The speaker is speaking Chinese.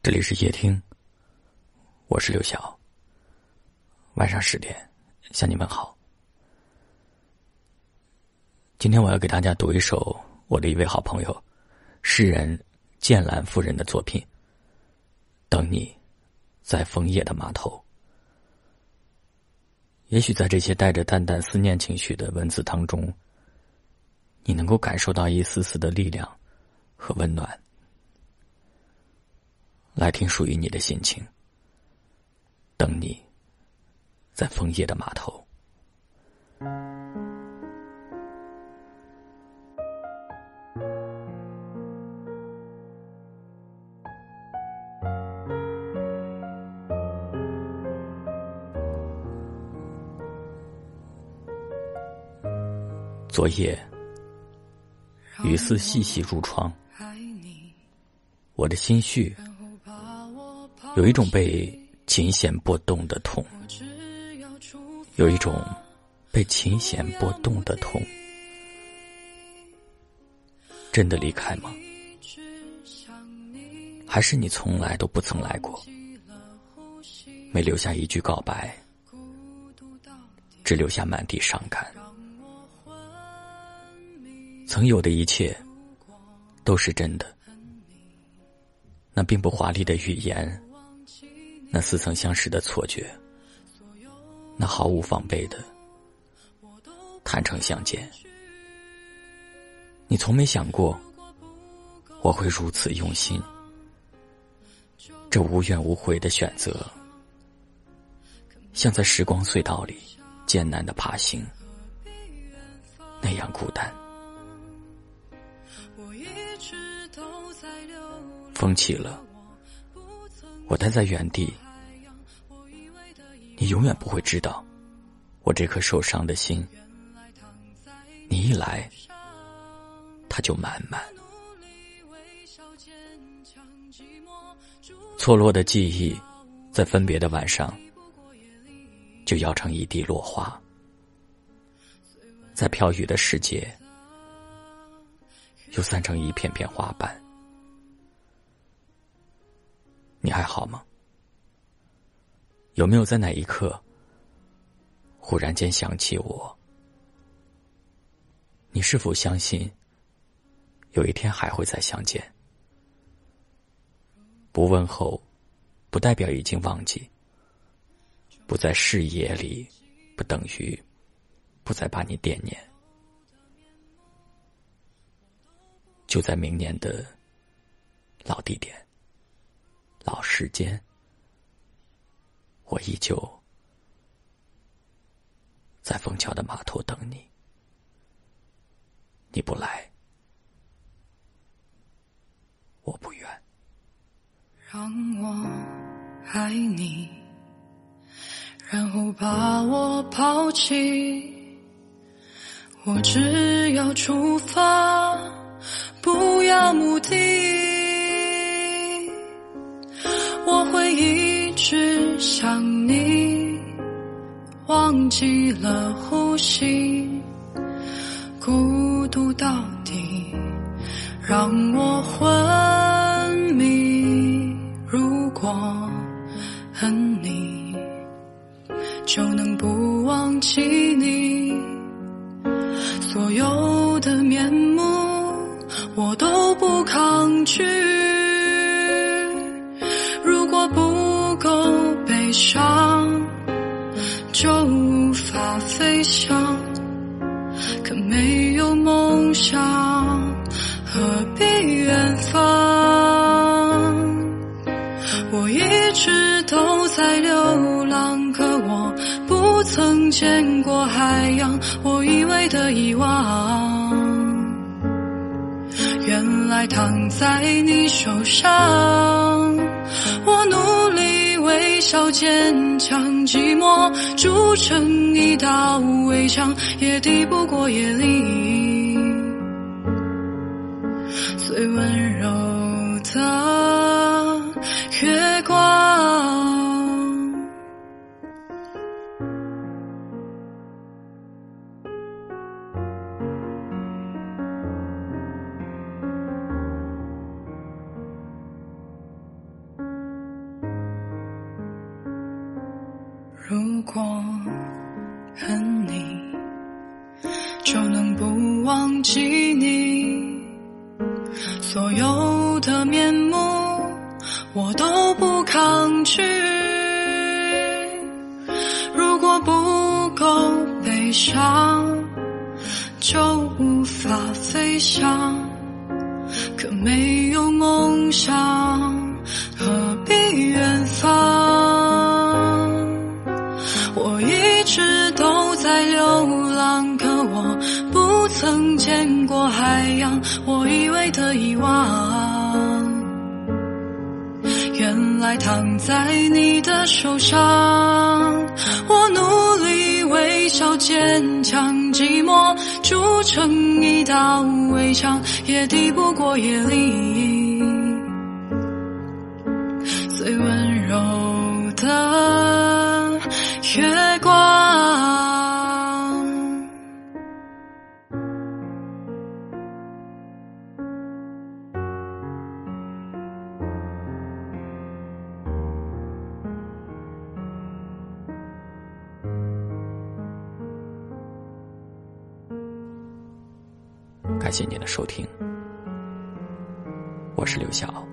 这里是夜听，我是刘晓。晚上10点向你们好。今天我要给大家读一首我的一位好朋友诗人剑兰夫人的作品《等你在枫叶的码头》。也许在这些带着淡淡思念情绪的文字当中，你能够感受到一丝丝的力量和温暖。来听属于你的心情，等你在枫叶的码头。昨夜雨丝细细入窗，我的心绪有一种被琴弦拨动的痛，有一种被琴弦拨动的痛。真的离开吗？还是你从来都不曾来过，没留下一句告白，只留下满地伤感。曾有的一切都是真的，那并不华丽的语言，那似曾相识的错觉，那毫无防备的坦诚相见。你从没想过我会如此用心，这无怨无悔的选择，像在时光隧道里艰难的爬行，那样孤单。风起了，我待在原地，你永远不会知道我这颗受伤的心，你一来它就满满。错落的记忆在分别的晚上就摇成一地落花，在飘雨的世界又散成一片片花瓣。你还好吗？有没有在哪一刻忽然间想起我？你是否相信有一天还会再相见？不问候不代表已经忘记，不在视野里不等于不再把你惦念。就在明年的老地点老时间，我依旧在枫桥的码头等你。你不来，我不愿。 让我爱你，然后把我抛弃，我只要出发，不要目的。我会一直想你，忘记了呼吸，孤独到底让我昏迷。如果恨你，就能不忘记你，所有的面目我都不抗拒。如果不够悲伤，就无法飞翔，可没有梦想，何必远方？我一直都在流浪，可我不曾见过海洋，我以为的遗忘，原来躺在你手上。我努力微笑坚强，寂寞筑成一道围墙，也抵不过夜里最温柔的月光。 如果恨你，就能不忘记你，所有的面目我都不抗拒。如果不够悲伤，就无法飞翔，可没有梦想，何必远方？我一直都在流浪，可我不曾见过海洋，我以为的遗忘，原来躺在你的手上。我努力微笑坚强，寂寞筑成一道围墙，也抵不过夜里最温柔的月光。 感谢您的收听，我是刘晓。